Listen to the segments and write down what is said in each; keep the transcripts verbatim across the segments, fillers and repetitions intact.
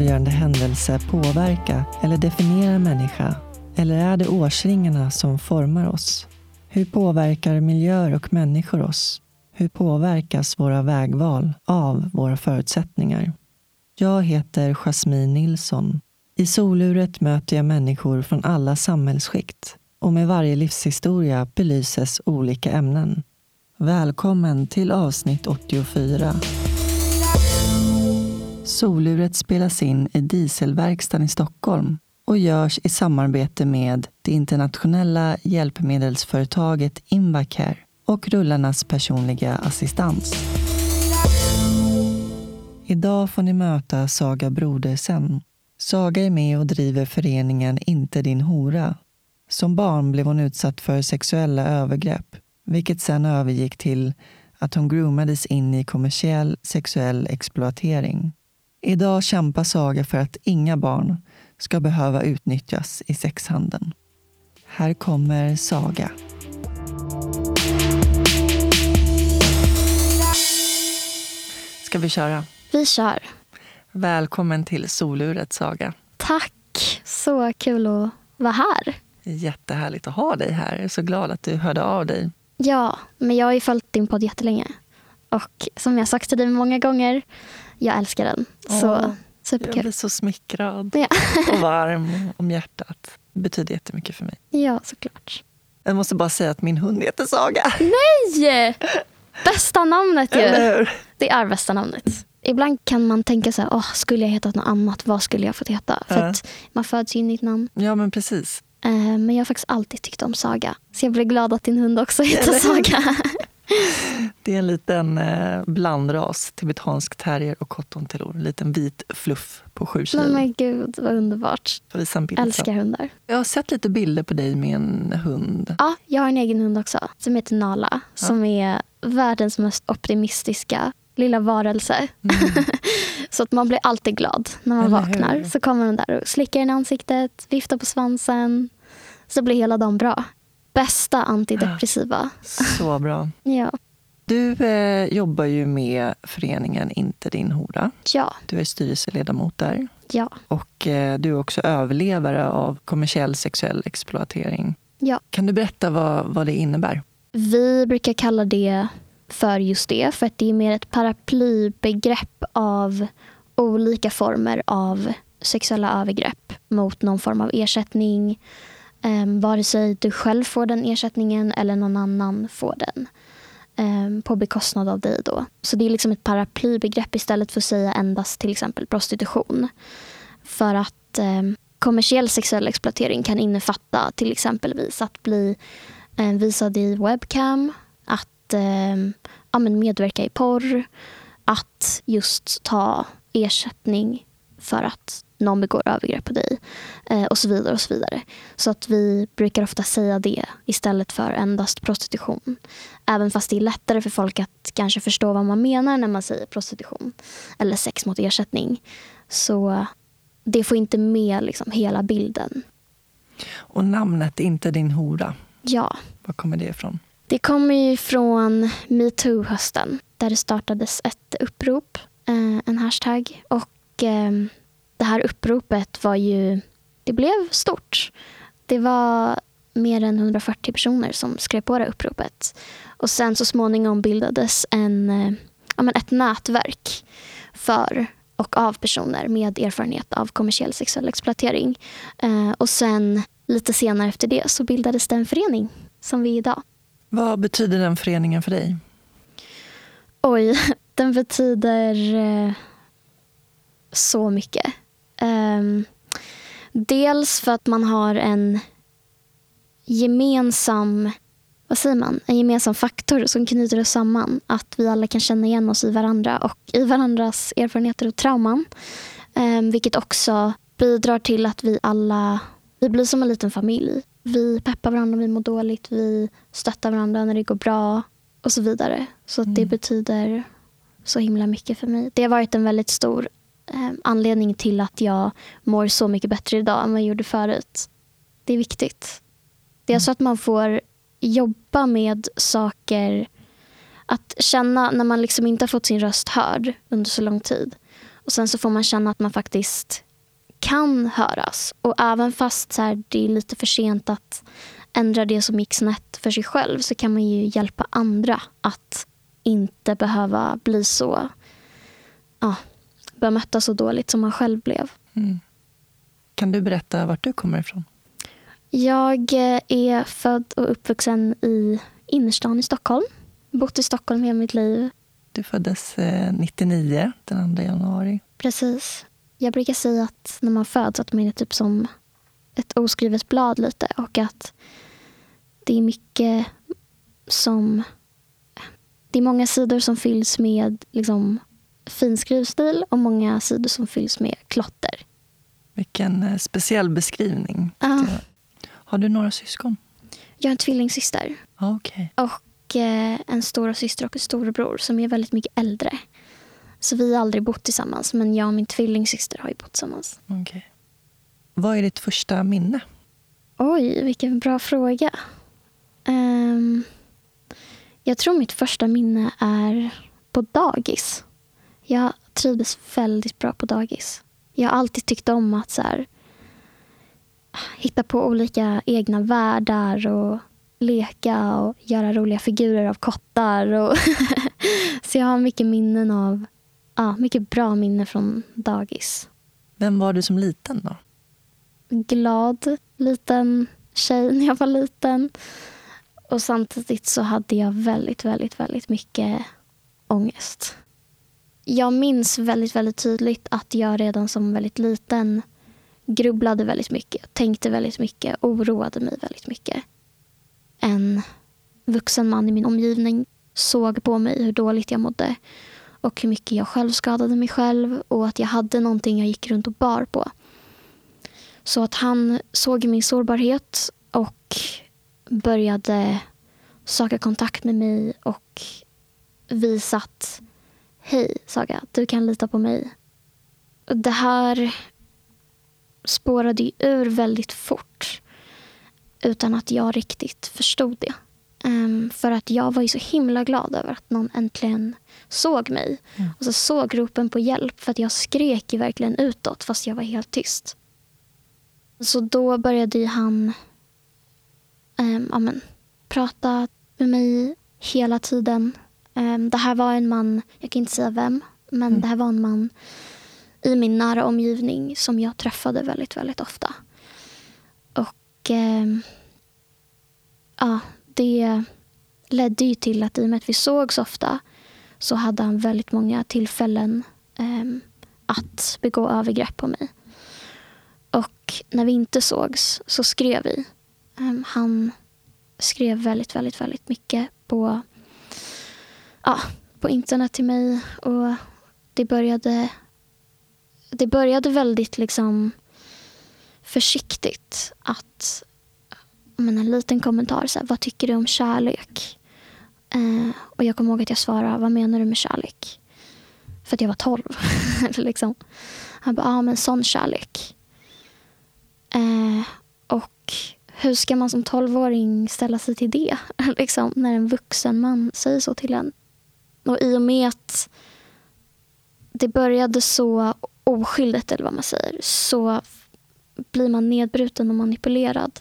avgörande händelse påverka eller definiera en människa? Eller är det årsringarna som formar oss? Hur påverkar miljöer och människor oss? Hur påverkas våra vägval av våra förutsättningar? Jag heter Jasmine Nilsson. I Soluret möter jag människor från alla samhällsskikt och med varje livshistoria belyses olika ämnen. Välkommen till avsnitt åttiofyra. Soluret spelas in i Dieselverkstan i Stockholm och görs i samarbete med det internationella hjälpmedelsföretaget Invacare och Rullarnas personliga assistans. Idag får ni möta Saga Brodersen. Saga är med och driver föreningen Inte din hora. Som barn blev hon utsatt för sexuella övergrepp, vilket sedan övergick till att hon groomades in i kommersiell sexuell exploatering. Idag kämpar Saga för att inga barn ska behöva utnyttjas i sexhandeln. Här kommer Saga. Ska vi köra? Vi kör. Välkommen till Soluret, Saga. Tack, så kul att vara här. Jättehärligt att ha dig här. Jag är så glad att du hörde av dig. Ja, men jag har ju följt din podd jättelänge. Och som jag sagt till dig många gånger, jag älskar den. Så Åh, superkul. jag blir så smickrad Ja. och varm om hjärtat. Det betyder jättemycket för mig. Ja, såklart. Jag måste bara säga att min hund heter Saga. Nej! Bästa namnet ju. Eller hur? Det är bästa namnet. Ibland kan man tänka så här, åh, skulle jag hetat något annat, vad skulle jag fått heta? För Ja. att man föds in i ett namn. Ja, men precis. Eh, men jag har faktiskt alltid tyckt om Saga. Så jag blir glad att din hund också heter Saga. Det är en liten eh, blandras, tibetansk terrier och cottontelor. En liten vit fluff på sju kilo. Nej men gud, vad underbart. Får visa en bild sen. Älskar hundar. Jag har sett lite bilder på dig med en hund. Ja, jag har en egen hund också som heter Nala. Ja. Som är världens mest optimistiska lilla varelse. Mm. Så att man blir alltid glad när man Eller vaknar. hur? Så kommer den där och slickar en i ansiktet, viftar på svansen. Så blir hela dagen bra. Bästa antidepressiva. Så bra. Ja. Du eh, jobbar ju med föreningen Inte din hora. Ja, Du är styrelseledamot där. ja, Och eh, du är också överlevare av kommersiell sexuell exploatering. ja. Kan du berätta vad, vad det innebär? Vi brukar kalla det för just det. För att det är mer ett paraplybegrepp av olika former av sexuella övergrepp mot någon form av ersättning. Um, vare sig du själv får den ersättningen eller någon annan får den. Um, på bekostnad av dig då. Så det är liksom ett paraplybegrepp istället för att säga endast till exempel prostitution. För att um, kommersiell sexuell exploatering kan innefatta till exempelvis att bli um, visad i webcam, att um, ja, men medverka i porr, att just ta ersättning för att någon begår övergrepp på dig eh, och så vidare och så vidare. Så att vi brukar ofta säga det istället för endast prostitution. Även fast det är lättare för folk att kanske förstå vad man menar när man säger prostitution eller sex mot ersättning. Så det får inte med liksom hela bilden. Och namnet Inte din hora, Ja, var kommer det ifrån? det kommer ju från MeToo-hösten där det startades ett upprop, eh, en hashtag. Och eh, det här uppropet var ju, det blev stort. Det var mer än hundrafyrtio personer som skrev på det uppropet. Och sen så småningom bildades en, eh, ja, men ett nätverk för och av personer med erfarenhet av kommersiell sexuell exploatering. Eh, och sen lite senare efter det så bildades det en förening som vi är idag. Vad betyder den föreningen för dig? Oj, den betyder eh, så mycket. Um, dels för att man har en gemensam, vad säger man, en gemensam faktor som knyter oss samman. Att vi alla kan känna igen oss i varandra och i varandras erfarenheter och trauman. Um, vilket också bidrar till att vi alla, vi blir som en liten familj. Vi peppar varandra när vi mår dåligt, vi stöttar varandra när det går bra och så vidare. Så att det Mm. betyder så himla mycket för mig. Det har varit en väldigt stor eh, anledning till att jag mår så mycket bättre idag än vad jag gjorde förut. Det är viktigt. Det är så att man får jobba med saker, att känna när man liksom inte har fått sin röst hörd under så lång tid. Och Och sen så får man känna att man faktiskt kan höras. Och även fast så här, det är lite för sent att ändra det som gick snett för sig själv, så kan man ju hjälpa andra att inte behöva bli så ja, bemötta så dåligt som man själv blev. Mm. Kan du berätta vart du kommer ifrån? Jag är född och uppvuxen i innerstan i Stockholm. Bott i Stockholm hela mitt liv. Du föddes eh, nittionio, den andra januari. Precis. Jag brukar säga att när man föds att man är typ som ett oskrivet blad lite. Och att det är mycket som... Det är många sidor som fylls med liksom, fin skrivstil och många sidor som fylls med klotter. Vilken eh, speciell beskrivning. Ja. Har du några syskon? Jag har en tvillingsyster. Ah, okay. Och eh, en stora syster och en storebror som är väldigt mycket äldre. Så vi har aldrig bott tillsammans, men jag och min tvillingsyster har ju bott tillsammans. Okay. Vad är ditt första minne? Oj, vilken bra fråga. Um, jag tror mitt första minne är på dagis. Jag trivdes väldigt bra på dagis. Jag har alltid tyckt om att så här, hitta på olika egna världar och leka och göra roliga figurer av kottar. Och så jag har mycket minnen av, ja, mycket bra minnen från dagis. Vem var du som liten då? Glad, liten tjej när jag var liten. Och samtidigt så hade jag väldigt, väldigt, väldigt mycket ångest. Jag minns väldigt, väldigt tydligt att jag redan som väldigt liten grubblade väldigt mycket, tänkte väldigt mycket, oroade mig väldigt mycket. En vuxen man i min omgivning såg på mig hur dåligt jag mådde och hur mycket jag själv skadade mig själv och att jag hade någonting jag gick runt och bar på. Så att han såg min sårbarhet och började söka kontakt med mig och visa att hej, Saga, du kan lita på mig. Och det här spårade ju ur väldigt fort utan att jag riktigt förstod det. Um, för att jag var ju så himla glad över att någon äntligen såg mig. Mm. Och så såg ropen på hjälp för att jag skrek ju verkligen utåt fast jag var helt tyst. Så då började ju han um, amen, prata med mig hela tiden. Um, det här var en man, jag kan inte säga vem, men mm. det här var en man i min nära omgivning som jag träffade väldigt, väldigt ofta. Och eh, ja, det ledde ju till att i och med att vi sågs ofta så hade han väldigt många tillfällen eh, att begå övergrepp på mig. Och när vi inte sågs så skrev vi. Eh, han skrev väldigt, väldigt, väldigt mycket på, ja, på internet till mig och det började Det började väldigt liksom försiktigt att men en liten kommentar så här, vad tycker du om kärlek? Eh, och jag kommer ihåg att jag svarade, vad menar du med kärlek? För att jag var tolv. liksom. Han bara, ja men sån kärlek. Eh, och hur ska man som tolvåring ställa sig till det? liksom, när en vuxen man säger så till en. Och i och med att det började så oskyldigt eller vad man säger, så blir man nedbruten och manipulerad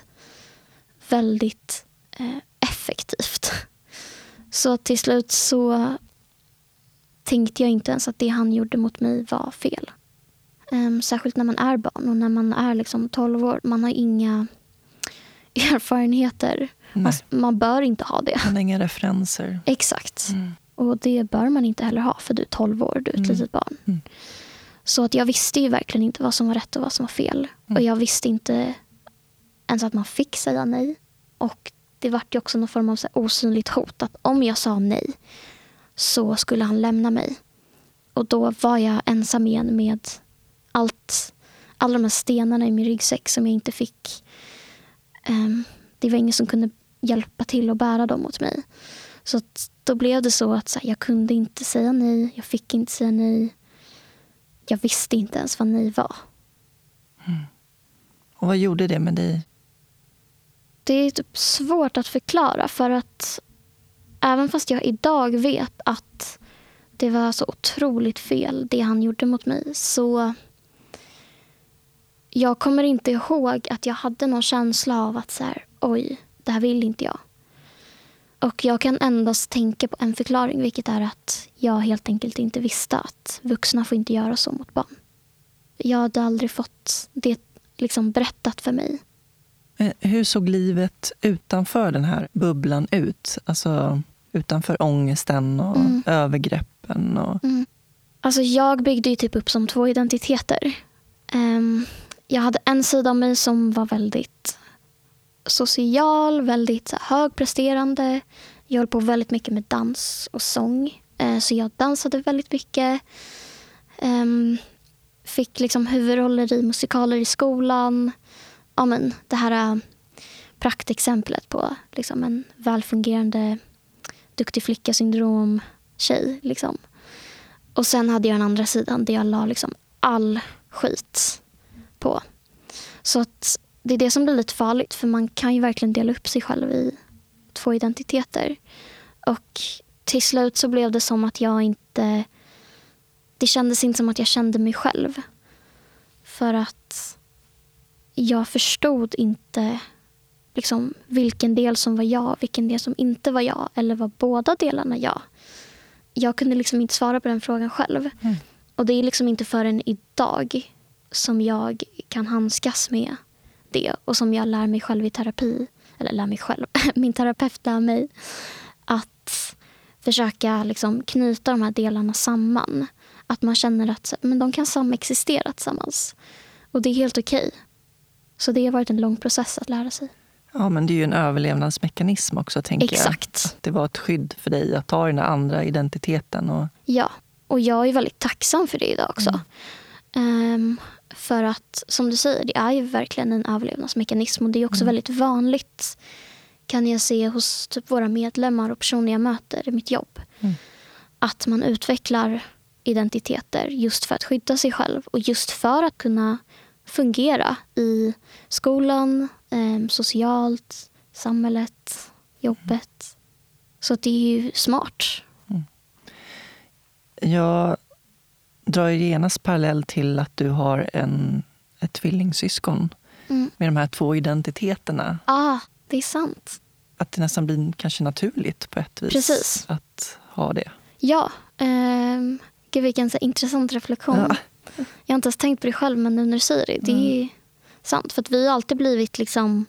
väldigt eh, effektivt. Så till slut så tänkte jag inte ens att det han gjorde mot mig var fel. Um, särskilt när man är barn och när man är liksom tolv år. Man har inga erfarenheter. Man, man bör inte ha det. Man har inga referenser. Exakt. Mm. Och det bör man inte heller ha för du är tolv år, du är ett mm. litet barn. Mm. Så att jag visste ju verkligen inte vad som var rätt och vad som var fel. Mm. Och jag visste inte ens att man fick säga nej. Och det var ju också någon form av så här osynligt hot. Att om jag sa nej så skulle han lämna mig. Och då var jag ensam igen med allt, alla de här stenarna i min ryggsäck som jag inte fick. Um, det var ingen som kunde hjälpa till att bära dem åt mig. Så att då blev det så att så här, jag kunde inte säga nej. Jag fick inte säga nej. Jag visste inte ens vad nej var. Mm. Och vad gjorde det med dig? Det är typ svårt att förklara för att även fast jag idag vet att det var så otroligt fel det han gjorde mot mig. Så jag kommer inte ihåg att jag hade någon känsla av att så här, oj, det här vill inte jag. Och jag kan endast tänka på en förklaring, vilket är att jag helt enkelt inte visste att vuxna får inte göra så mot barn. Jag hade aldrig fått det liksom berättat för mig. Hur såg livet utanför den här bubblan ut? Alltså utanför ångesten och mm. övergreppen? Och... Mm. Alltså jag byggde ju typ upp som två identiteter. Um, jag hade en sida av mig som var väldigt social, väldigt så här, högpresterande. Jag höll på väldigt mycket med dans och sång. Uh, så jag dansade väldigt mycket. Um, fick liksom huvudroller i musikaler i skolan. Ja, men det här uh, praktexemplet på liksom en välfungerande duktig flicka-syndrom tjej. Liksom. Och sen hade jag den andra sidan där jag la liksom all skit på. Så att det är det som blir lite farligt, för man kan ju verkligen dela upp sig själv i två identiteter. Och till slut så blev det som att jag inte... Det kändes inte som att jag kände mig själv. För att jag förstod inte liksom vilken del som var jag, vilken del som inte var jag, eller var båda delarna jag. Jag kunde liksom inte svara på den frågan själv. Mm. Och det är liksom inte förrän idag som jag kan handskas med det. Och som jag lär mig själv i terapi. Eller lär mig själv. Min terapeut lär mig att försöka liksom knyta de här delarna samman. Att man känner att men de kan samexistera tillsammans. Och det är helt okej. Så det har varit en lång process att lära sig. Ja, men det är ju en överlevnadsmekanism också, tänker Exakt. jag. Att det var ett skydd för dig att ta den andra identiteten. Och... Ja, och jag är väldigt tacksam för det idag också. Mm. Um, för att, som du säger, det är ju verkligen en överlevnadsmekanism. Och det är också mm. väldigt vanligt, kan jag se hos typ våra medlemmar och personer jag möter i mitt jobb. Mm. Att man utvecklar identiteter just för att skydda sig själv. Och just för att kunna fungera i skolan, eh, socialt, samhället, jobbet. Så det är ju smart. Mm. Jag drar ju genast parallell till att du har en, ett tvillingsyskon mm. med de här två identiteterna. Ja, ah, det är sant. Att det nästan blir kanske naturligt på ett vis. Precis. Att ha det. Ja, eh, gud vilken så intressant reflektion. Ja. Jag har inte ens tänkt på det själv, men nu när du säger det, det är mm. sant. För att vi har alltid blivit liksom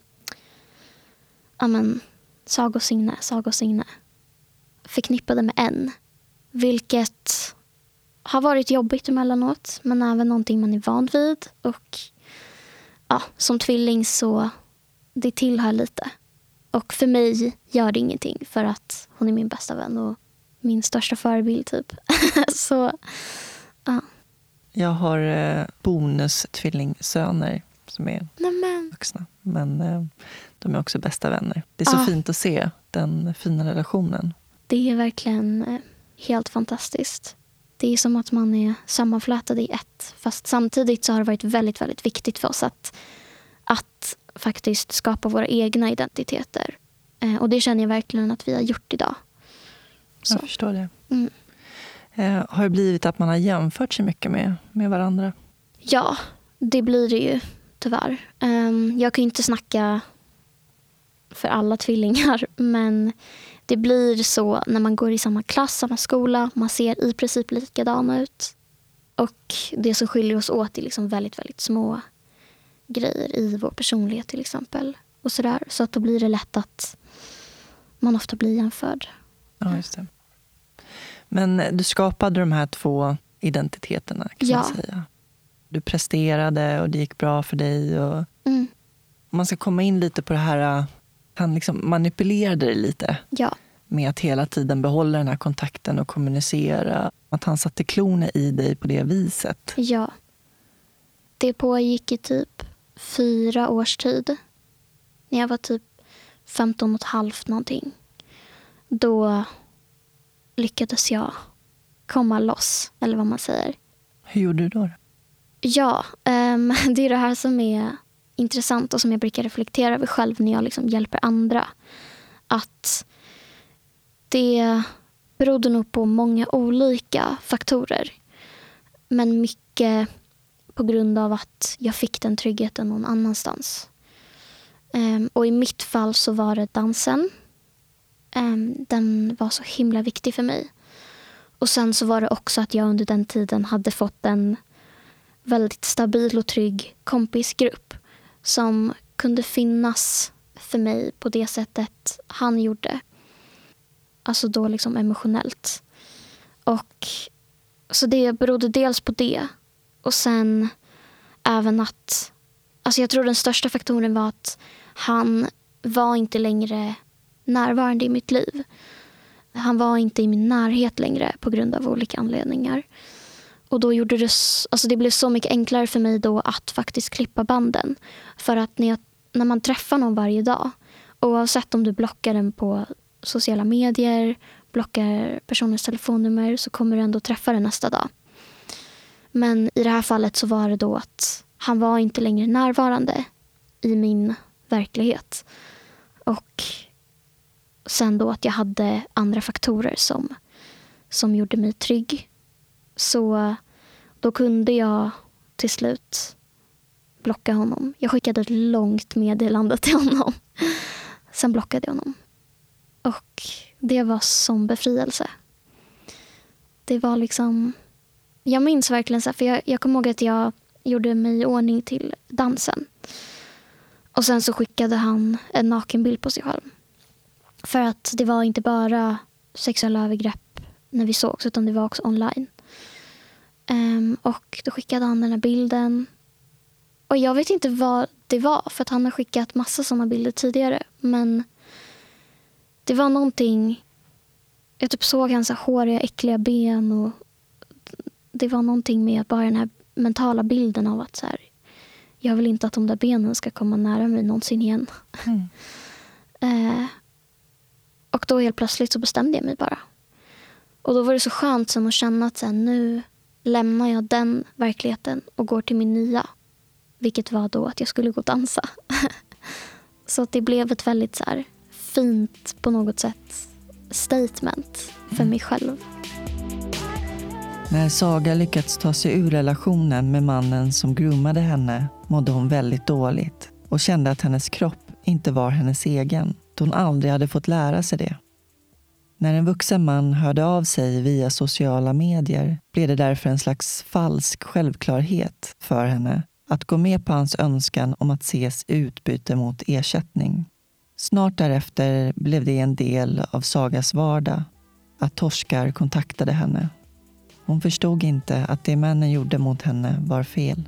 amen, sagosigne, sagosigne förknippade med en. Vilket har varit jobbigt emellanåt, men även någonting man är van vid. Och ja, som tvilling så det tillhör lite. Och för mig gör det ingenting, för att hon är min bästa vän och min största förebild typ. Så ja. Jag har eh, bonustvillingsöner som är Nämen. vuxna. Men eh, de är också bästa vänner. Det är så ah. fint att se den fina relationen. Det är verkligen eh, helt fantastiskt. Det är som att man är sammanflätad i ett. Fast samtidigt så har det varit väldigt, väldigt viktigt för oss att, att faktiskt skapa våra egna identiteter. Eh, och det känner jag verkligen att vi har gjort idag. Så. Jag förstår det. Mm. Eh, har det blivit att man har jämfört sig mycket med, med varandra? Ja, det blir det ju tyvärr. Um, jag kan ju inte snacka för alla tvillingar, men det blir så när man går i samma klass, samma skola. Man ser i princip likadana ut. Och det som skiljer oss åt är liksom väldigt, väldigt små grejer i vår personlighet till exempel. Och sådär. Så att då blir det lätt att man ofta blir jämförd. Ja, just det. Men du skapade de här två identiteterna, kan ja. man säga. Du presterade och det gick bra för dig. Och mm. man ska komma in lite på det här, han liksom manipulerade dig lite. Ja. Med att hela tiden behålla den här kontakten och kommunicera. Att han satte klorna i dig på det viset. Ja. Det pågick i typ fyra års tid. När jag var typ femton och ett halvt någonting. Då lyckades jag komma loss, eller vad man säger. Hur gjorde du då? Ja, um, det är det här som är intressant och som jag brukar reflektera över själv när jag liksom hjälper andra. Att det berodde nog på många olika faktorer. Men mycket på grund av att jag fick den tryggheten någon annanstans. Um, och i mitt fall så var det dansen. Um, den var så himla viktig för mig. Och sen så var det också att jag under den tiden hade fått en väldigt stabil och trygg kompisgrupp som kunde finnas för mig på det sättet han gjorde. Alltså då liksom emotionellt. Och så det berodde dels på det. Och sen även att, alltså jag tror den största faktorn var att han var inte längre närvarande i mitt liv. Han var inte i min närhet längre på grund av olika anledningar. Och då gjorde det, alltså det blev så mycket enklare för mig då att faktiskt klippa banden. För att när, jag, när man träffar någon varje dag, oavsett om du blockar den på sociala medier, blockar personens telefonnummer, så kommer du ändå träffa den nästa dag. Men i det här fallet så var det då att han var inte längre närvarande i min verklighet. Och sen då att jag hade andra faktorer som, som gjorde mig trygg. Så då kunde jag till slut blocka honom. Jag skickade ett långt meddelande till honom. Sen blockade jag honom. Och det var som befrielse. Det var liksom... Jag minns verkligen så här, för jag, jag kommer ihåg att jag gjorde mig i ordning till dansen. Och sen så skickade han en nakenbild på sig själv. För att det var inte bara sexuella övergrepp när vi sågs, utan det var också online. Um, och då skickade han den här bilden. Och jag vet inte vad det var, för att han har skickat massa sådana bilder tidigare. Men det var någonting... Jag typ såg hans håriga, äckliga ben. Och det var någonting med bara den här mentala bilden av att så här, jag vill inte att de där benen ska komma nära mig någonsin igen. Mm. uh, och då helt plötsligt så bestämde jag mig bara. Och då var det så skönt sen att känna att så här, nu lämnar jag den verkligheten och går till min nya. Vilket var då att jag skulle gå och dansa. Så att det blev ett väldigt så här, fint på något sätt statement för mig själv. När Saga lyckats ta sig ur relationen med mannen som groomade henne mådde hon väldigt dåligt och kände att hennes kropp inte var hennes egen, då hon aldrig hade fått lära sig det. När en vuxen man hörde av sig via sociala medier blev det därför en slags falsk självklarhet för henne att gå med på hans önskan om att ses i utbyte mot ersättning. Snart därefter blev det en del av Sagas vardag att torskar kontaktade henne. Hon förstod inte att det männen gjorde mot henne var fel.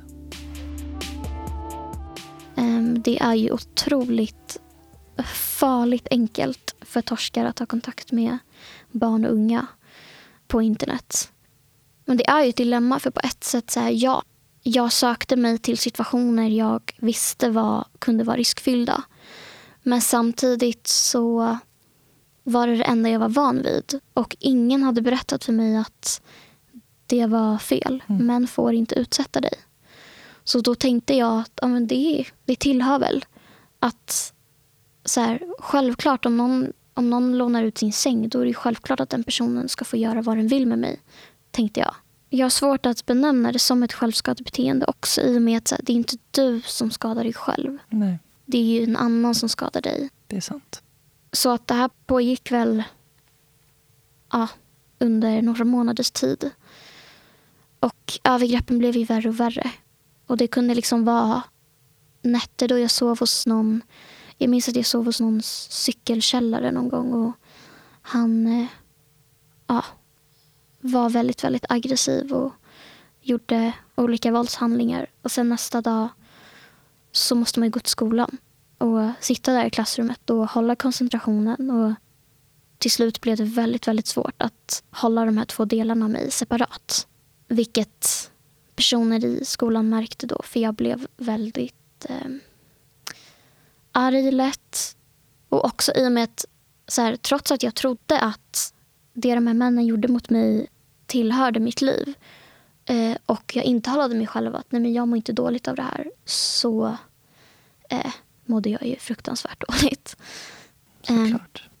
Det är ju otroligt farligt enkelt för torskar att ha kontakt med barn och unga på internet. Men det är ju ett dilemma, för på ett sätt så här, ja, jag sökte mig till situationer jag visste var, kunde vara riskfyllda. Men samtidigt så var det det enda jag var van vid. Och ingen hade berättat för mig att det var fel. Mm. Män får inte utsätta dig. Så då tänkte jag att ja, men det, det tillhör väl. Att så här, självklart om någon, om någon lånar ut sin säng, då är det självklart att den personen ska få göra vad den vill med mig, tänkte jag. Jag har svårt att benämna det som ett självskadebeteende också, i och med att så här, det är inte du som skadar dig själv. Nej. Det är ju en annan som skadar dig. Det är sant. Så att det här pågick väl ja, under några månaders tid. Och övergreppen blev ju värre och värre. Och det kunde liksom vara nätter då jag sov hos någon. Jag minns att jag sov hos någon cykelkällare någon gång. Och han eh, ja, var väldigt, väldigt aggressiv och gjorde olika våldshandlingar. Och sen nästa dag så måste man ju gå till skolan och sitta där i klassrummet och hålla koncentrationen. Och till slut blev det väldigt, väldigt svårt att hålla de här två delarna av mig separat. Vilket personer i skolan märkte då, för jag blev väldigt eh, arg lätt. Och också i och med att så här, trots att jag trodde att det de här männen gjorde mot mig tillhörde mitt liv eh, och jag intalade mig själv att nej, men jag mår inte dåligt av det här, så eh, mådde jag ju fruktansvärt dåligt. Såklart.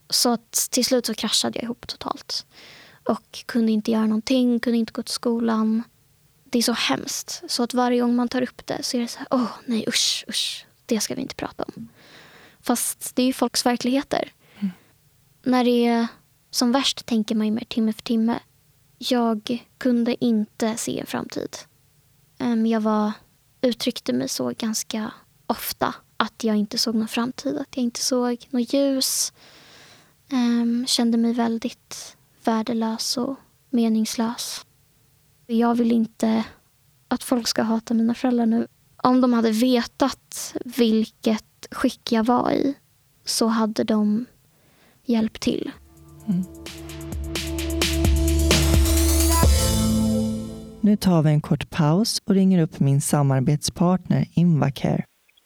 Så att till slut så kraschade jag ihop totalt. Och kunde inte göra någonting, kunde inte gå till skolan. Det är så hemskt. Så att varje gång man tar upp det så är det så här, åh nej usch, usch. Det ska vi inte prata om. Fast det är ju folks verkligheter. Mm. När det är som värst tänker man ju mer timme för timme. Jag kunde inte se en framtid. Jag var, uttryckte mig så ganska ofta att jag inte såg någon framtid. Att jag inte såg något ljus. Kände mig väldigt värdelös och meningslös. Jag vill inte att folk ska hata mina föräldrar nu. Om de hade vetat vilket skick jag var i så hade de hjälpt till. Mm. Nu tar vi en kort paus och ringer upp min samarbetspartner Invacare.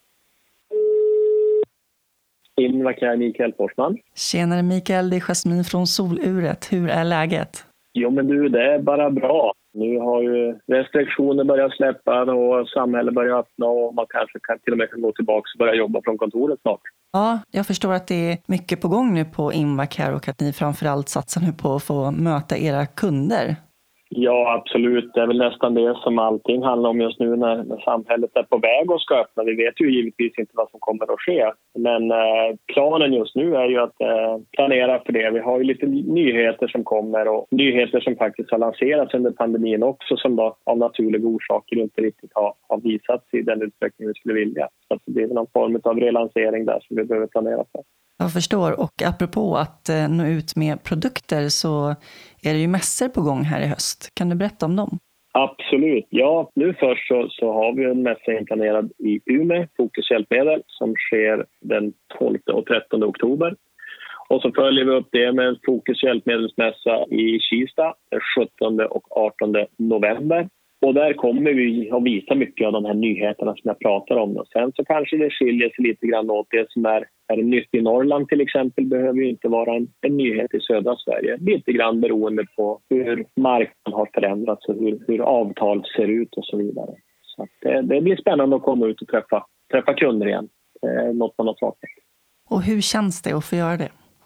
Invacare, Mikael Forsman. Tjenare Mikael, det är Jasmin från Soluret. Hur är läget? Jo men du, det är bara bra. Nu har ju restriktioner börjat släppa och samhället börjar öppna och man kanske kan, till och med kan gå tillbaka och börja jobba från kontoret snart. Ja, jag förstår att det är mycket på gång nu på Invacare och att ni framförallt satsar nu på att få möta era kunder. Ja, absolut. Det är väl nästan det som allting handlar om just nu när, när samhället är på väg och ska öppna. Vi vet ju givetvis inte vad som kommer att ske. Men eh, planen just nu är ju att eh, planera för det. Vi har ju lite nyheter som kommer och nyheter som faktiskt har lanserats under pandemin också som då av naturliga orsaker inte riktigt har, har visats i den utsträckning vi skulle vilja. Så det är någon form av relansering där som vi behöver planera för. Jag förstår, och apropå att eh, nå ut med produkter så är det ju mässor på gång här i höst. Kan du berätta om dem? Absolut. Ja, nu först så, så har vi en mässa inplanerad i Umeå, Fokus Hjälpmedel, som sker den tolfte och trettonde oktober. Och så följer vi upp det med en Fokus Hjälpmedelsmässa i Kista den sjuttonde och artonde november. Och där kommer vi att visa mycket av de här nyheterna som jag pratar om. Och sen så kanske det skiljer sig lite grann åt. Det som är, är nytt i Norrland till exempel behöver ju inte vara en, en nyhet i södra Sverige. Lite grann beroende på hur marknaden har förändrats och hur, hur avtal ser ut och så vidare. Så att det, det blir spännande att komma ut och träffa, träffa kunder igen. Eh, något man har saknat. Och hur känns det att få göra det?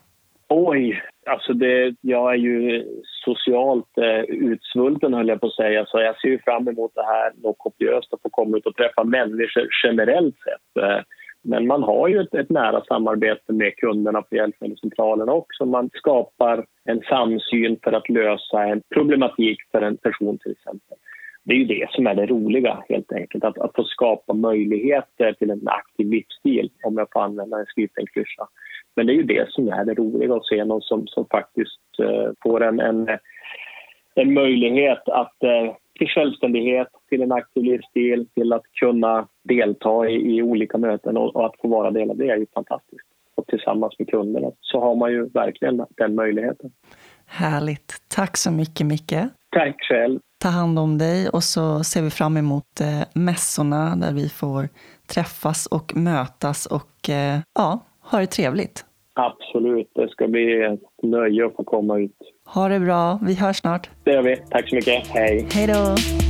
Oj, alltså det, jag är ju socialt eh, utsvulten höll jag på att säga, så jag ser ju fram emot det här något kopiöst att få komma ut och träffa människor generellt sett. Eh, men man har ju ett, ett nära samarbete med kunderna på Hjälpmedelscentralen också. Man skapar en samsyn för att lösa en problematik för en person till exempel. Det är ju det som är det roliga helt enkelt, att, att få skapa möjligheter till en aktiv livsstil, om jag får använda en sliten klyscha. Men det är ju det som är det roliga, att se någon som, som faktiskt uh, får en, en, en möjlighet att, uh, till självständighet, till en aktiv livsstil, till att kunna delta i, i olika möten och, och att få vara del av det är ju fantastiskt. Och tillsammans med kunderna så har man ju verkligen den möjligheten. Härligt. Tack så mycket, Micke. Tack själv. Ta hand om dig och så ser vi fram emot eh, mässorna där vi får träffas och mötas och eh, ja, ha det trevligt. Absolut, det ska bli ett nöje att få komma ut. Ha det bra, vi hörs snart. Det gör vi, tack så mycket, hej. Hej då.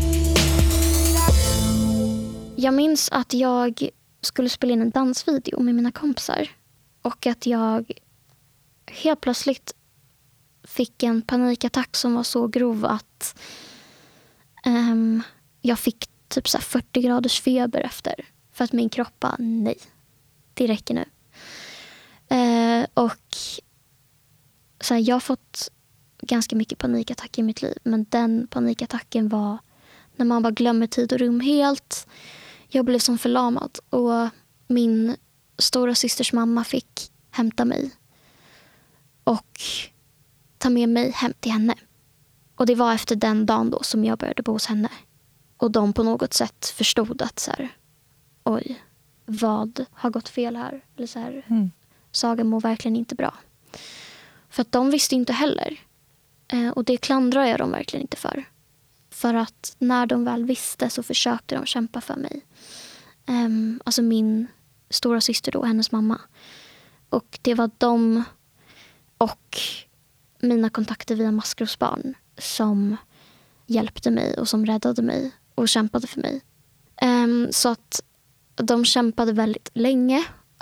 Jag minns att jag skulle spela in en dansvideo med mina kompisar och att jag helt plötsligt fick en panikattack som var så grov att um, jag fick typ så här fyrtio graders feber efter. För att min kropp bara, nej, det räcker nu. Uh, och så här, jag har fått ganska mycket panikattack i mitt liv. Men den panikattacken var när man bara glömmer tid och rum helt. Jag blev som förlamad. Och min stora systers mamma fick hämta mig. Och ta med mig hem till henne. Och det var efter den dagen då som jag började bo hos henne. Och de på något sätt förstod att så här, oj, vad har gått fel här? Eller så här, mm. Saga mår verkligen inte bra. För att de visste inte heller. Eh, och det klandrar jag dem verkligen inte för. För att när de väl visste så försökte de kämpa för mig. Eh, alltså min stora syster då, hennes mamma. Och det var de och mina kontakter via Maskrosbarn som hjälpte mig och som räddade mig och kämpade för mig. Um, så att de kämpade väldigt länge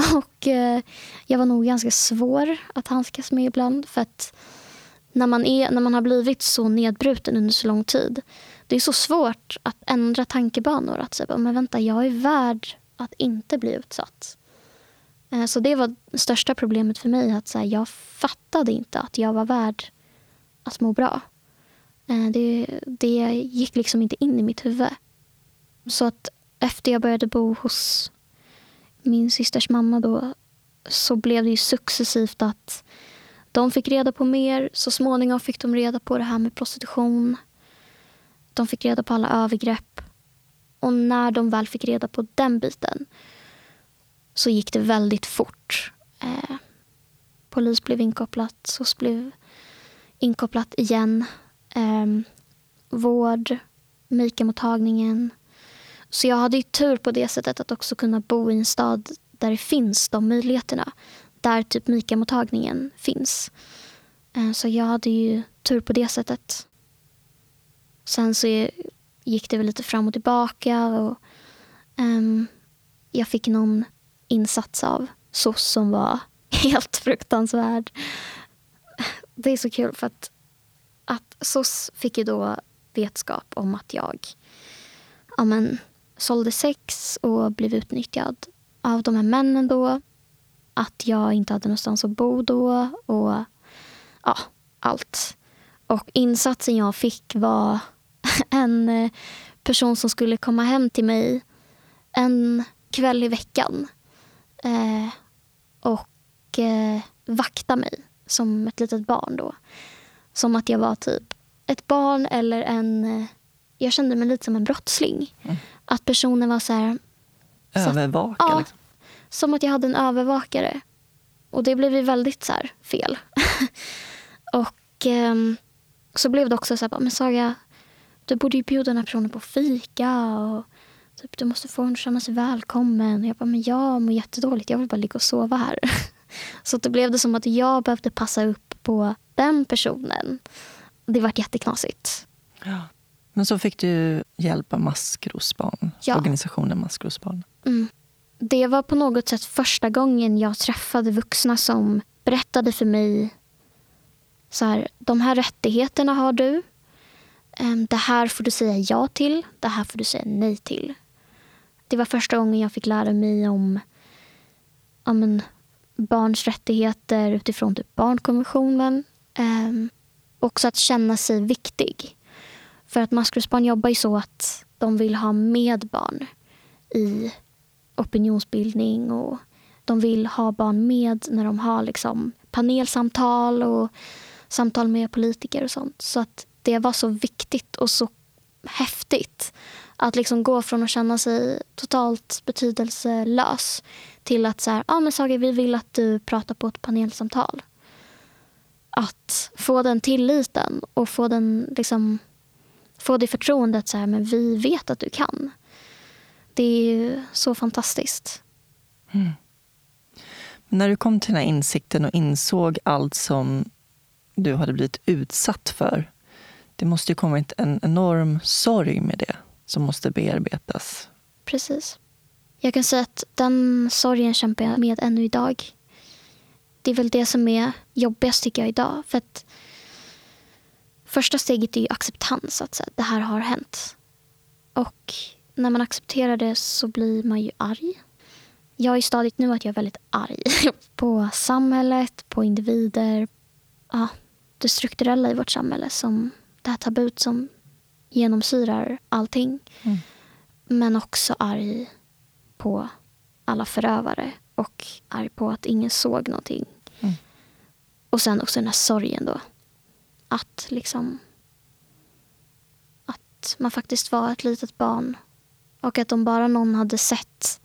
Och eh, jag var nog ganska svår att handskas med ibland. För att när man, är, när man har blivit så nedbruten under så lång tid, det är så svårt att ändra tankebanor. Att säga, men vänta, jag är värd att inte bli utsatt. Eh, så det var det största problemet för mig. Att så här, jag fattade inte att jag var värd att må bra. Eh, det, det gick liksom inte in i mitt huvud. Så att efter jag började bo hos min systers mamma då, så blev det ju successivt att de fick reda på mer. Så småningom fick de reda på det här med prostitution. De fick reda på alla övergrepp. Och när de väl fick reda på den biten så gick det väldigt fort. Eh, polis blev inkopplat, S O S blev inkopplat igen. Eh, vård, Mika-mottagningen. Så jag hade ju tur på det sättet att också kunna bo i en stad där det finns de möjligheterna. Där typ Mika-mottagningen finns. Så jag hade ju tur på det sättet. Sen så gick det väl lite fram och tillbaka. Och, um, jag fick någon insats av S O S som var helt fruktansvärd. Det är så kul för att, att S O S fick ju då vetskap om att jag ja, men, sålde sex och blev utnyttjad av de här männen då. Att jag inte hade någonstans att bo då. Och ja, allt. Och insatsen jag fick var en person som skulle komma hem till mig en kväll i veckan. Eh, och eh, vakta mig som ett litet barn då. Som att jag var typ ett barn eller en... Jag kände mig lite som en brottsling. Mm. Att personen var så här... Övervakare? Ja, liksom. Som att jag hade en övervakare. Och det blev ju väldigt så här fel. och eh, så blev det också så här, men Saga, du borde ju bjuda den här personen på fika. Och typ, du måste få henne att känna sig välkommen. Och jag bara, men jag mår jättedåligt. Jag vill bara ligga och sova här. Så det blev det som att jag behövde passa upp på den personen. Det var jätteknasigt. Ja. Men så fick du hjälp av Maskrosbarn, ja. Organisationen Maskrosbarn. Mm. Det var på något sätt första gången jag träffade vuxna som berättade för mig så här, de här rättigheterna har du. Det här får du säga ja till. Det här får du säga nej till. Det var första gången jag fick lära mig om, om en barns rättigheter utifrån typ barnkonventionen. Um, också att känna sig viktig. För att Maskrosbarn jobbar ju så att de vill ha med barn i opinionsbildning. Och de vill ha barn med när de har liksom panelsamtal och samtal med politiker och sånt. Så att det var så viktigt och så häftigt att liksom gå från att känna sig totalt betydelselös till att så här, ja men Saga, vi vill att du pratar på ett panelsamtal. Att få den tilliten och få den liksom få det förtroendet så här, men vi vet att du kan. Det är ju så fantastiskt. Mm. Men när du kom till den här insikten och insåg allt som du hade blivit utsatt för, det måste ju komma en enorm sorg med det som måste bearbetas. Precis. Jag kan säga att den sorgen kämpar jag med ännu idag. Det är väl det som är jobbigast tycker jag idag. För att första steget är ju acceptans. Att säga, det här har hänt. Och när man accepterar det så blir man ju arg. Jag är stadigt nu att jag är väldigt arg på samhället, på individer. Ja, det strukturella i vårt samhälle, som det här tabut som genomsyrar allting. Mm. Men också arg på alla förövare och arg på att ingen såg någonting. Mm. Och sen också den här sorgen då. Att liksom att man faktiskt var ett litet barn och att om bara någon hade sett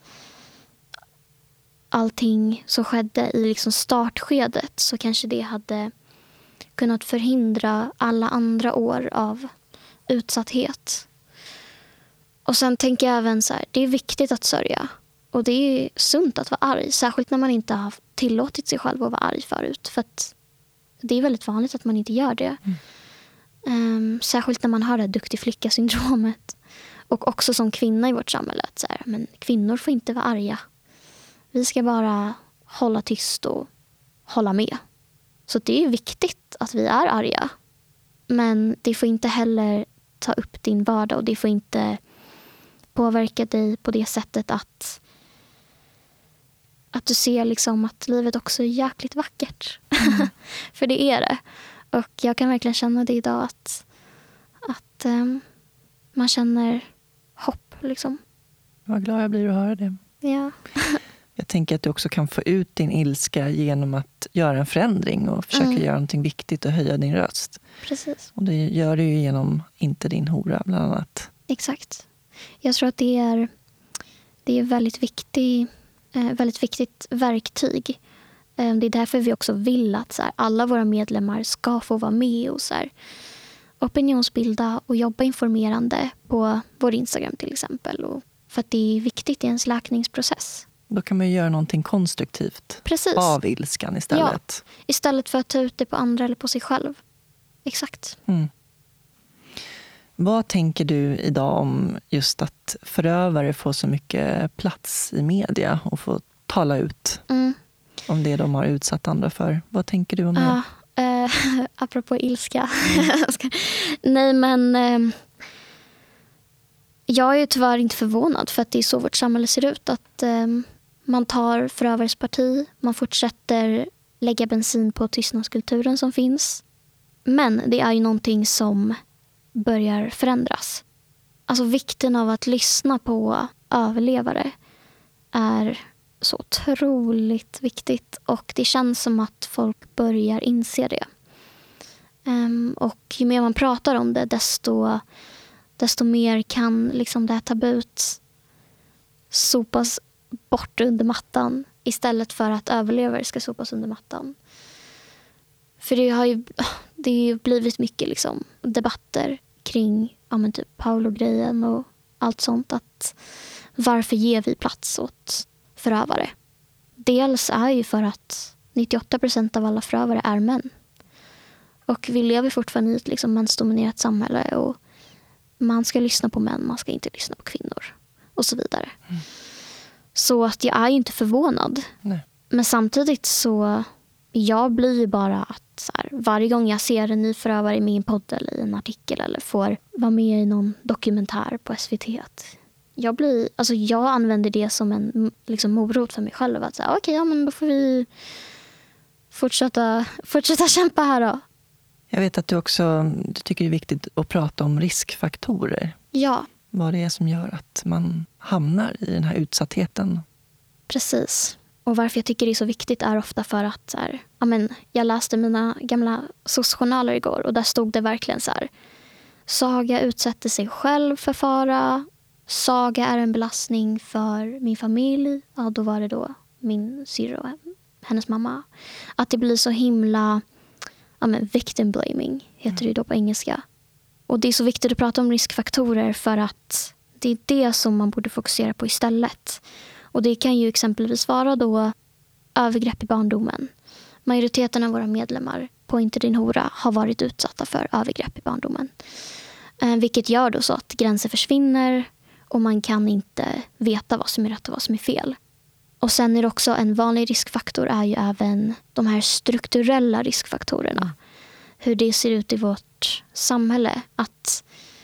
allting som skedde i liksom startskedet så kanske det hade kunnat förhindra alla andra år av utsatthet. Och sen tänker jag även så här, det är viktigt att sörja. Och det är sunt att vara arg, särskilt när man inte har tillåtit sig själv att vara arg förut. För att det är väldigt vanligt att man inte gör det. Mm. Um, särskilt när man har det duktig flicka-syndromet. Och också som kvinna i vårt samhälle. Att så här, men kvinnor får inte vara arga. Vi ska bara hålla tyst och hålla med. Så det är ju viktigt att vi är arga. Men det får inte heller ta upp din vardag och det får inte påverka dig på det sättet att att du ser liksom att livet också är jäkligt vackert. Mm. För det är det. Och jag kan verkligen känna det idag att, att um, man känner hopp liksom. Vad glad jag blir att höra det. Ja. Jag tänker att du också kan få ut din ilska genom att göra en förändring och försöka mm. göra någonting viktigt och höja din röst. Precis. Och det gör du ju genom Inte din hora bland annat. Exakt. Jag tror att det är, det är väldigt, viktig, eh, väldigt viktigt verktyg. Eh, det är därför vi också vill att så här, alla våra medlemmar ska få vara med och så här, opinionsbilda och jobba informerande på vår Instagram till exempel. Och för att det är viktigt i ens läkningsprocess. Då kan man ju göra någonting konstruktivt. Precis. Av ilskan istället. Ja, istället för att ta ut det på andra eller på sig själv. Exakt. Mm. Vad tänker du idag om just att förövare får så mycket plats i media och får tala ut mm. om det de har utsatt andra för? Vad tänker du om det? Ja, eh, apropå ilska. Mm. Nej, men eh, jag är ju tyvärr inte förvånad för att det är så vårt samhälle ser ut. Att eh, man tar förövares parti, man fortsätter lägga bensin på tystnadskulturen som finns. Men det är ju någonting som börjar förändras. Alltså vikten av att lyssna på överlevare är så otroligt viktigt. Och det känns som att folk börjar inse det. Um, och ju mer man pratar om det, desto, desto mer kan liksom det här tabut sopas bort under mattan. Istället för att överlevare ska sopas under mattan. För det har ju, det har ju blivit mycket liksom debatter kring ja, men typ Paolo-grejen och allt sånt. Att varför ger vi plats åt förövare? Dels är ju för att nittioåtta procent av alla förövare är män. Och vi lever fortfarande i ett liksom mansdominerat samhälle. Och man ska lyssna på män, man ska inte lyssna på kvinnor. Och så vidare. Mm. Så att jag är ju inte förvånad. Nej. Men samtidigt så jag blir ju bara att så här, varje gång jag ser en ny förövare i min podd eller i en artikel eller får vara med i någon dokumentär på S V T. Jag, blir, alltså jag använder det som en liksom, morot för mig själv. Att säga, okej, ja, men då får vi fortsätta, fortsätta kämpa här då. Jag vet att du också du tycker det är viktigt att prata om riskfaktorer. Ja. Vad det är som gör att man hamnar i den här utsattheten. Precis. Och varför jag tycker det är så viktigt är ofta för att så här, ja, men, jag läste mina gamla S O S-journaler igår och där stod det verkligen så här: Saga utsätter sig själv för fara. Saga är en belastning för min familj. Ja, då var det då min syrra och hennes mamma. Att det blir så himla ja, men, victim blaming heter det då på engelska. Och det är så viktigt att prata om riskfaktorer för att det är det som man borde fokusera på istället. Och det kan ju exempelvis vara då övergrepp i barndomen. Majoriteten av våra medlemmar på Inte din hora har varit utsatta för övergrepp i barndomen. Eh, vilket gör då så att gränser försvinner och man kan inte veta vad som är rätt och vad som är fel. Och sen är det också en vanlig riskfaktor är ju även de här strukturella riskfaktorerna. Mm. Hur det ser ut i vårt samhälle. Att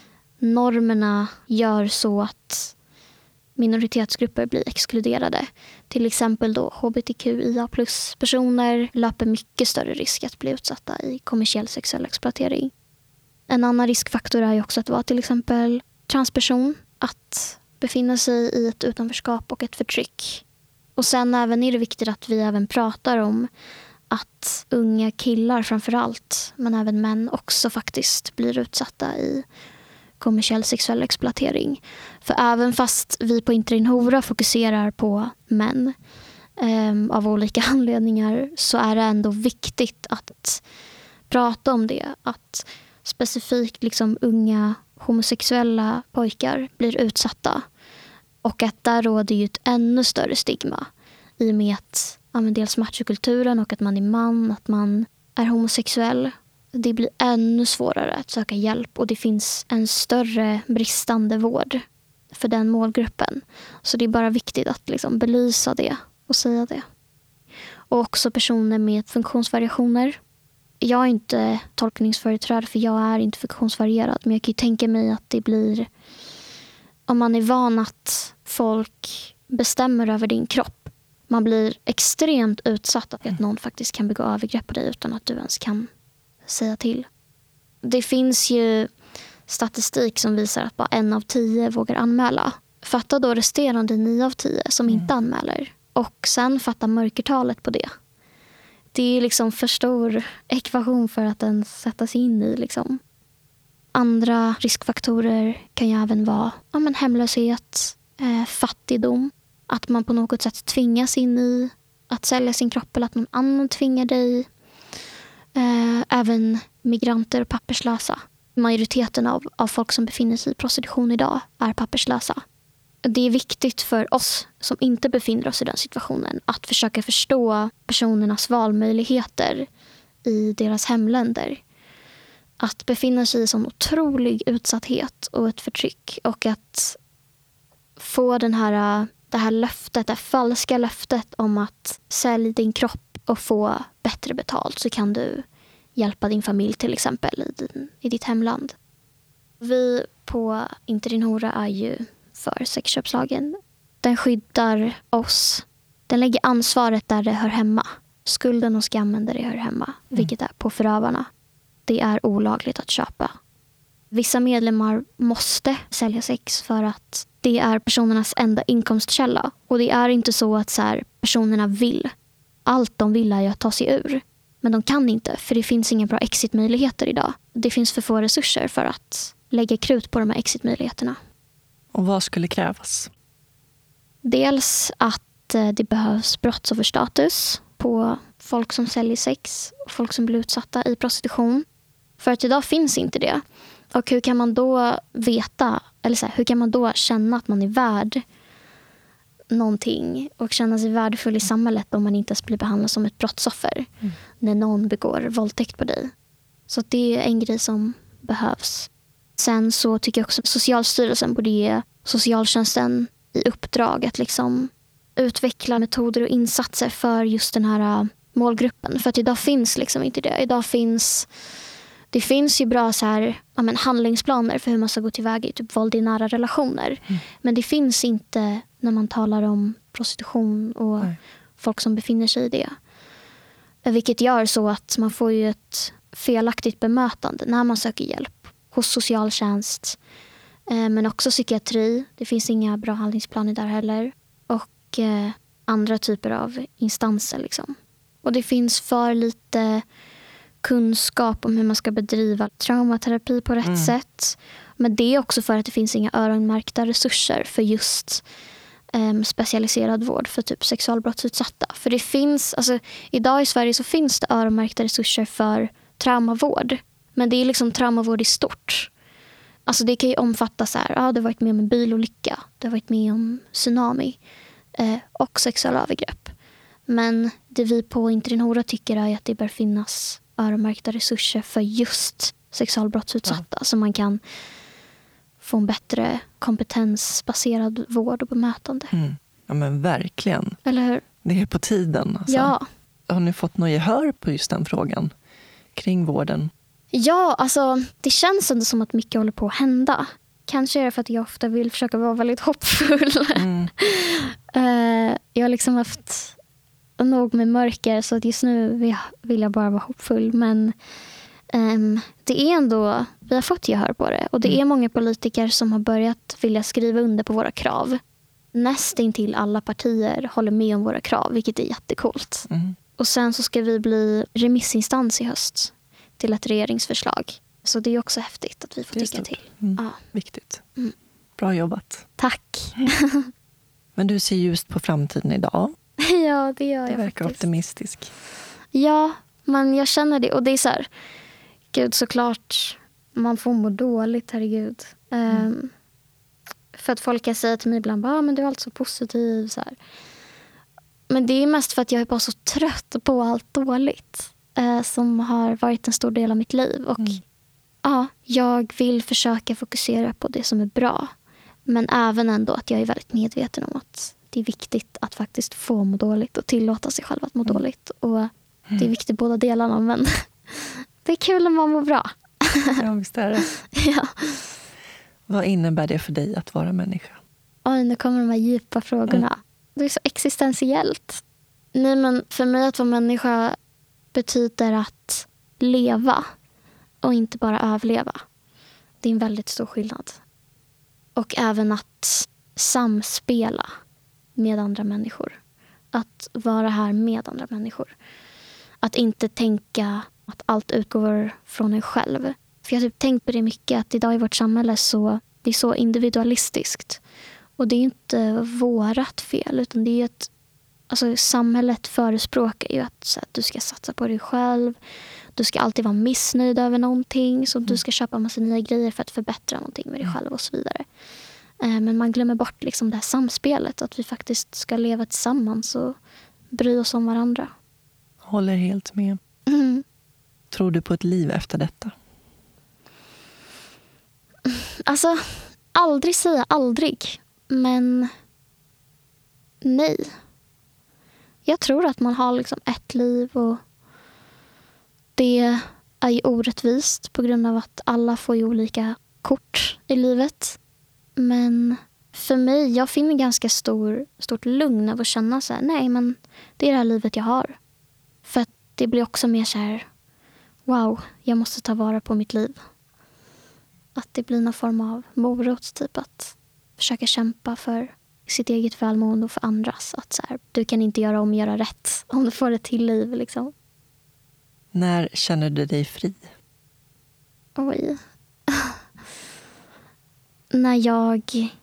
normerna gör så att minoritetsgrupper blir exkluderade. Till exempel då H B T Q I A plus personer löper mycket större risk att bli utsatta i kommersiell sexuell exploatering. En annan riskfaktor är ju också att vara till exempel transperson. Att befinna sig i ett utanförskap och ett förtryck. Och sen även är det viktigt att vi även pratar om att unga killar framförallt, men även män också faktiskt blir utsatta i kommersiell sexuell exploatering. För även fast vi på Inte din hora fokuserar på män eh, av olika anledningar så är det ändå viktigt att prata om det. Att specifikt liksom unga homosexuella pojkar blir utsatta. Och att där råder ju ett ännu större stigma i och med att ja, men dels machokulturen och att man är man, att man är homosexuell. Det blir ännu svårare att söka hjälp och det finns en större bristande vård för den målgruppen. Så det är bara viktigt att liksom belysa det att säga det. Och också personer med funktionsvariationer. Jag är inte tolkningsföreträdare för jag är inte funktionsvarierad. Men jag kan ju tänka mig att det blir... Om man är van att folk bestämmer över din kropp. Man blir extremt utsatt av att någon faktiskt kan begå övergrepp på dig utan att du ens kan säga till. Det finns ju statistik som visar att bara en av tio vågar anmäla. Fatta då resterande nio av tio som inte anmäler. Och sen fatta mörkertalet på det. Det är liksom för stor ekvation för att den sätta sig in i. Liksom. Andra riskfaktorer kan ju även vara ja, men hemlöshet, eh, fattigdom. Att man på något sätt tvingas in i att sälja sin kropp eller att någon annan tvingar dig. Eh, även migranter och papperslösa. Majoriteten av, av folk som befinner sig i prostitution idag är papperslösa. Det är viktigt för oss som inte befinner oss i den situationen att försöka förstå personernas valmöjligheter i deras hemländer. Att befinna sig i sån otrolig utsatthet och ett förtryck och att få den här, det här löftet, det falska löftet om att sälja din kropp och få bättre betalt så kan du hjälpa din familj till exempel i, din, i ditt hemland. Vi på Inte din hora är ju för sexköpslagen. Den skyddar oss. Den lägger ansvaret där det hör hemma. Skulden och skammen där det hör hemma. Mm. Vilket är på förövarna. Det är olagligt att köpa. Vissa medlemmar måste sälja sex för att det är personernas enda inkomstkälla. Och det är inte så att så här, personerna vill. Allt de vill är att ta sig ur. Men de kan inte, för det finns inga bra exitmöjligheter idag. Det finns för få resurser för att lägga krut på de här exitmöjligheterna. Och vad skulle krävas? Dels att det behövs brottsofferstatus på folk som säljer sex och folk som blir utsatta i prostitution. För att idag finns inte det. Och hur kan man då veta, eller så här, hur kan man då känna att man är värd någonting och känna sig värdefull i samhället om man inte ens blir behandlad som ett brottsoffer mm. när någon begår våldtäkt på dig. Så det är en grej som behövs. Sen så tycker jag också att Socialstyrelsen borde ge socialtjänsten i uppdrag att liksom utveckla metoder och insatser för just den här målgruppen. För att idag finns liksom inte det. Idag finns det finns ju bra så här, ja, men handlingsplaner för hur man ska gå tillväga i typ våld i nära relationer. Mm. Men det finns inte när man talar om prostitution och Nej. folk som befinner sig i det. Vilket gör så att man får ju ett felaktigt bemötande när man söker hjälp hos socialtjänst. Eh, men också psykiatri. Det finns inga bra handlingsplaner där heller. Och eh, andra typer av instanser liksom. Och det finns för lite kunskap om hur man ska bedriva traumaterapi på rätt mm. sätt. Men det är också för att det finns inga öronmärkta resurser för just um, specialiserad vård för typ sexualbrottsutsatta. För det finns, alltså idag i Sverige så finns det öronmärkta resurser för traumavård. Men det är liksom traumavård i stort. Alltså det kan ju omfatta så här, ja, du har varit med om en bilolycka, du har varit med om tsunami eh, och sexuella övergrepp. Men det vi på Inte din hora tycker är att det bör finnas öronmärkta resurser för just sexualbrottsutsatta. Ja. Så man kan få en bättre kompetensbaserad vård och bemötande. Mm. Ja men verkligen. Eller hur? Det är på tiden. Alltså. Ja. Har ni fått något gehör på just den frågan? Kring vården? Ja, alltså det känns ändå som att mycket håller på att hända. Kanske är det för att jag ofta vill försöka vara väldigt hoppfull. Mm. uh, jag har liksom haft nog med mörker så att just nu vill jag bara vara hoppfull. Men um, det är ändå, vi har fått gehör på det. Och det mm. är många politiker som har börjat vilja skriva under på våra krav. Nästintill alla partier håller med om våra krav, vilket är jättekult. Mm. Och sen så ska vi bli remissinstans i höst till ett regeringsförslag. Så det är också häftigt att vi får tycka till. Mm. Ja. Viktigt. Mm. Bra jobbat. Tack. Men du ser just på framtiden idag. Ja, det gör jag Det verkar faktiskt. optimistisk. Ja, men jag känner det. Och det är så här, gud såklart, man får må dåligt, herregud. Mm. Um, för att folk kan säga till mig ibland, ah, men du är alltså positiv. Så här. Men det är mest för att jag är bara så trött på allt dåligt. Uh, som har varit en stor del av mitt liv. Och mm. ja, jag vill försöka fokusera på det som är bra. Men även ändå att jag är väldigt medveten om att det är viktigt att faktiskt få må dåligt och tillåta sig själv att må Mm. dåligt. Och det är viktigt båda delarna, men det är kul när man mår bra. Ja, visst är det. Ja. Vad innebär det för dig att vara människa? Oj, nu kommer de här djupa frågorna. Mm. Det är så existentiellt. Nej, men för mig att vara människa betyder att leva och inte bara överleva. Det är en väldigt stor skillnad. Och även att samspela med andra människor. Att vara här med andra människor. Att inte tänka att allt utgår från en själv. För jag har typ tänkt på det mycket, att idag i vårt samhälle så det är så individualistiskt. Och det är inte vårat fel, utan det är att alltså, samhället förespråkar ju att, så att du ska satsa på dig själv. Du ska alltid vara missnöjd över någonting. Så mm. du ska köpa massa nya grejer för att förbättra någonting med dig själv och så vidare. Eh, men man glömmer bort liksom det här samspelet. Att vi faktiskt ska leva tillsammans och bry oss om varandra. Håller helt med. Mm. Tror du på ett liv efter detta? Alltså, aldrig säga aldrig. Men nej. Jag tror att man har liksom ett liv och det är ju orättvist på grund av att alla får ju olika kort i livet. Men för mig, jag finner ganska stor, stort lugn av att känna så här, nej men det är det här livet jag har. För att det blir också mer så här, wow, jag måste ta vara på mitt liv. Att det blir någon form av morot, typ att försöka kämpa för sitt eget välmående och för andras. Att så här, du kan inte göra om och göra rätt om du får ett till liv. Liksom. När känner du dig fri? Oj. När jag...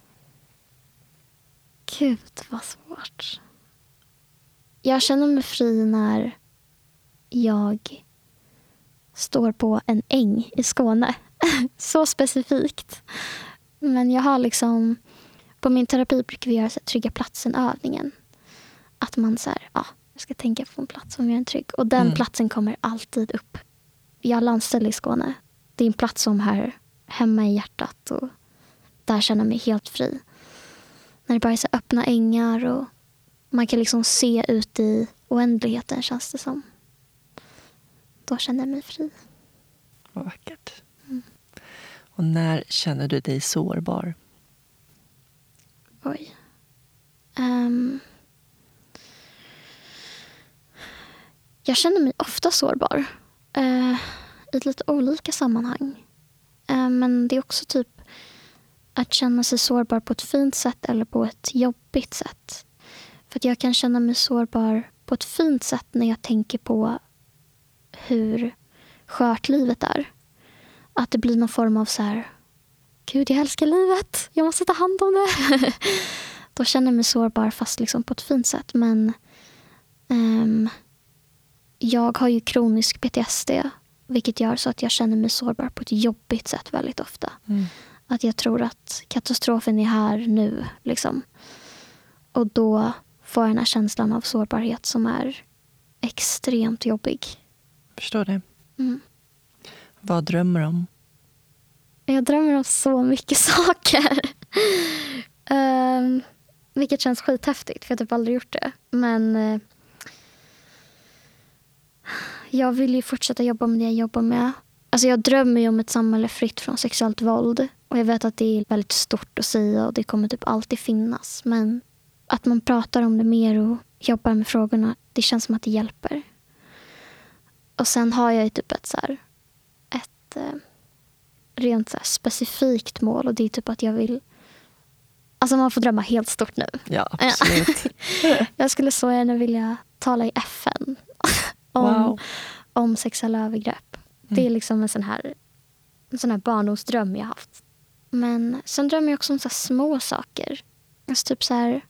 Gud, vad svårt. Jag känner mig fri när jag står på en äng i Skåne. Så specifikt. Men jag har liksom... På min terapi brukar vi göra så här, trygga platsen-övningen. Att man så här, ja, jag ska tänka på en plats som gör en trygg. Och den mm. platsen kommer alltid upp. Jag har landställe i Skåne. Det är en plats som här hemma i hjärtat. Och där känner jag mig helt fri. När det bara är så öppna ängar och man kan liksom se ut i oändligheten, känns det som. Då känner jag mig fri. Vad vackert. Mm. Och när känner du dig sårbar? Oj. Um, jag känner mig ofta sårbar. Uh, I lite olika sammanhang. Uh, men det är också typ att känna sig sårbar på ett fint sätt eller på ett jobbigt sätt. För att jag kan känna mig sårbar på ett fint sätt när jag tänker på hur skört livet är. Att det blir någon form av så här, gud, jag älskar livet. Jag måste ta hand om det. Då känner jag mig sårbar fast liksom på ett fint sätt. Men um, jag har ju kronisk P T S D. Vilket gör så att jag känner mig sårbar på ett jobbigt sätt väldigt ofta. Mm. Att jag tror att katastrofen är här nu. Liksom. Och då får jag den här känslan av sårbarhet som är extremt jobbig. Förstår det. Mm. Vad drömmer du om? Jag drömmer om så mycket saker. um, vilket känns skithäftigt, för jag har typ aldrig gjort det. Men uh, jag vill ju fortsätta jobba med det jag jobbar med. Alltså jag drömmer ju om ett samhälle fritt från sexuellt våld. Och jag vet att det är väldigt stort att säga och det kommer typ alltid finnas. Men att man pratar om det mer och jobbar med frågorna, det känns som att det hjälper. Och sen har jag ju typ ett så här, ett uh, rent så här specifikt mål, och det är typ att jag vill, alltså man får drömma helt stort nu. Ja, absolut. Jag skulle så gärna vilja tala i F N om, wow. om sexuella övergrepp. Mm. Det är liksom en sån här, en sån här barndomsdröm jag haft. Men sen drömmer jag också om så här små saker. Alltså typ så här,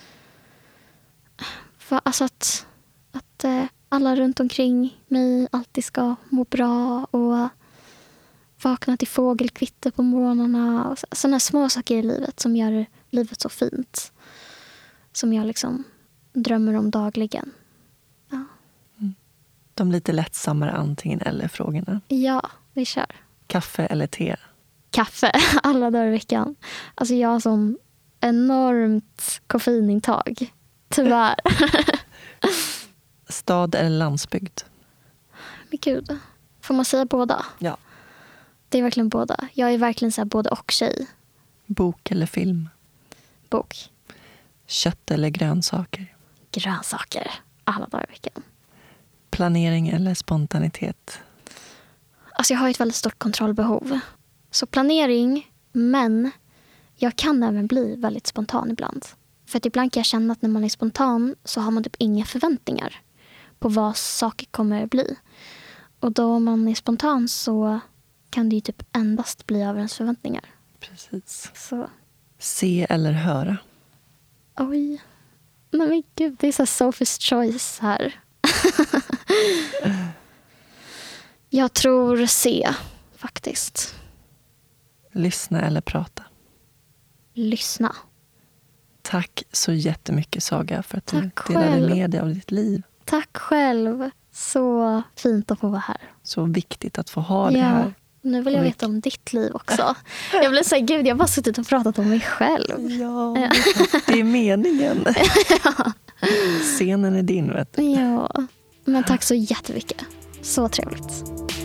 för, alltså att, att eh, alla runt omkring mig alltid ska må bra och vakna till fågelkvitter på morgnarna. Och så, sådana små saker i livet som gör livet så fint. Som jag liksom drömmer om dagligen. Ja. Mm. De lite lättsammare antingen eller frågorna. Ja, vi kör. Kaffe eller te? Kaffe, alla dagar i veckan. Alltså jag som enormt koffeinintag. Tyvärr. Stad eller landsbygd? Men gud, får man säga båda? Ja. Det är verkligen båda. Jag är verkligen så här både och tjej. Bok eller film? Bok. Kött eller grönsaker? Grönsaker. Alla dagar i veckan. Planering eller spontanitet? Alltså jag har ett väldigt stort kontrollbehov. Så planering, men jag kan även bli väldigt spontan ibland. För att ibland kan jag känna att när man är spontan så har man typ inga förväntningar på vad saker kommer bli. Och då man är spontan så kan det ju typ endast bli över ens förväntningar. Precis. Så. Se eller höra? Oj. Nej men gud, det är så här Sophie's choice här. Jag tror se, faktiskt. Lyssna eller prata? Lyssna. Tack så jättemycket, Saga, för att Tack du delade själv. med dig av ditt liv. Tack själv. Så fint att få vara här. Så viktigt att få ha det Ja. här. Nu vill jag Oj. veta om ditt liv också. Jag blir så här, gud, jag har bara suttit och pratat om mig själv. Ja, det är meningen. Scenen är din, vet du. Ja, men tack så jättemycket. Så trevligt.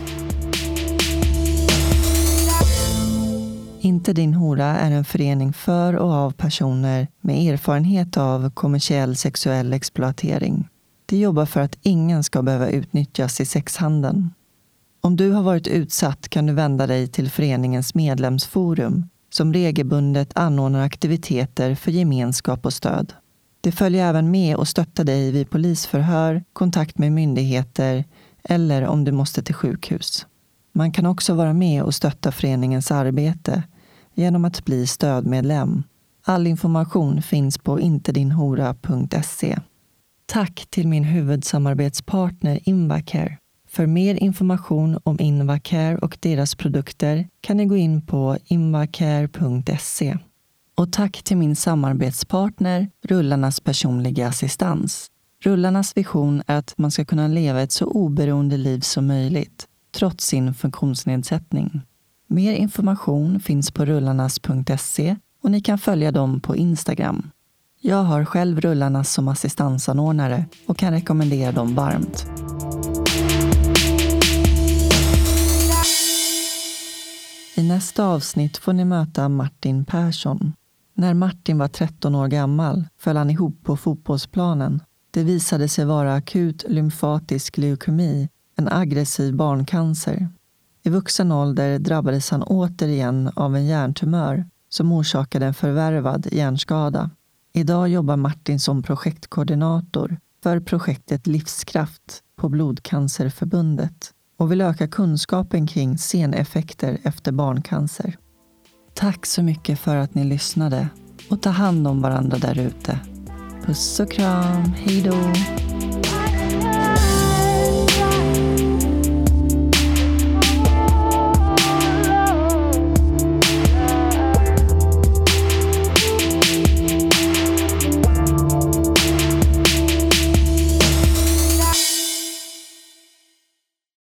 Inte din hora är en förening för och av personer med erfarenhet av kommersiell sexuell exploatering. De jobbar för att ingen ska behöva utnyttjas i sexhandeln. Om du har varit utsatt kan du vända dig till föreningens medlemsforum som regelbundet anordnar aktiviteter för gemenskap och stöd. Det följer även med och stöttar dig vid polisförhör, kontakt med myndigheter eller om du måste till sjukhus. Man kan också vara med och stötta föreningens arbete genom att bli stödmedlem. All information finns på intedinhora punkt se. Tack till min huvudsamarbetspartner Invacare. För mer information om Invacare och deras produkter kan ni gå in på invacare punkt se. Och tack till min samarbetspartner Rullarnas personliga assistans. Rullarnas vision är att man ska kunna leva ett så oberoende liv som möjligt, trots sin funktionsnedsättning. Mer information finns på rullarnas punkt se och ni kan följa dem på Instagram. Jag har själv Rullarnas som assistansanordnare och kan rekommendera dem varmt. I nästa avsnitt får ni möta Martin Persson. När Martin var tretton år gammal föll han ihop på fotbollsplanen. Det visade sig vara akut lymfatisk leukemi, en aggressiv barncancer. I vuxen ålder drabbades han återigen av en hjärntumör som orsakade en förvärvad hjärnskada. Idag jobbar Martin som projektkoordinator för projektet Livskraft på Blodcancerförbundet och vill öka kunskapen kring seneffekter efter barncancer. Tack så mycket för att ni lyssnade och ta hand om varandra där ute. Puss och kram, hej då!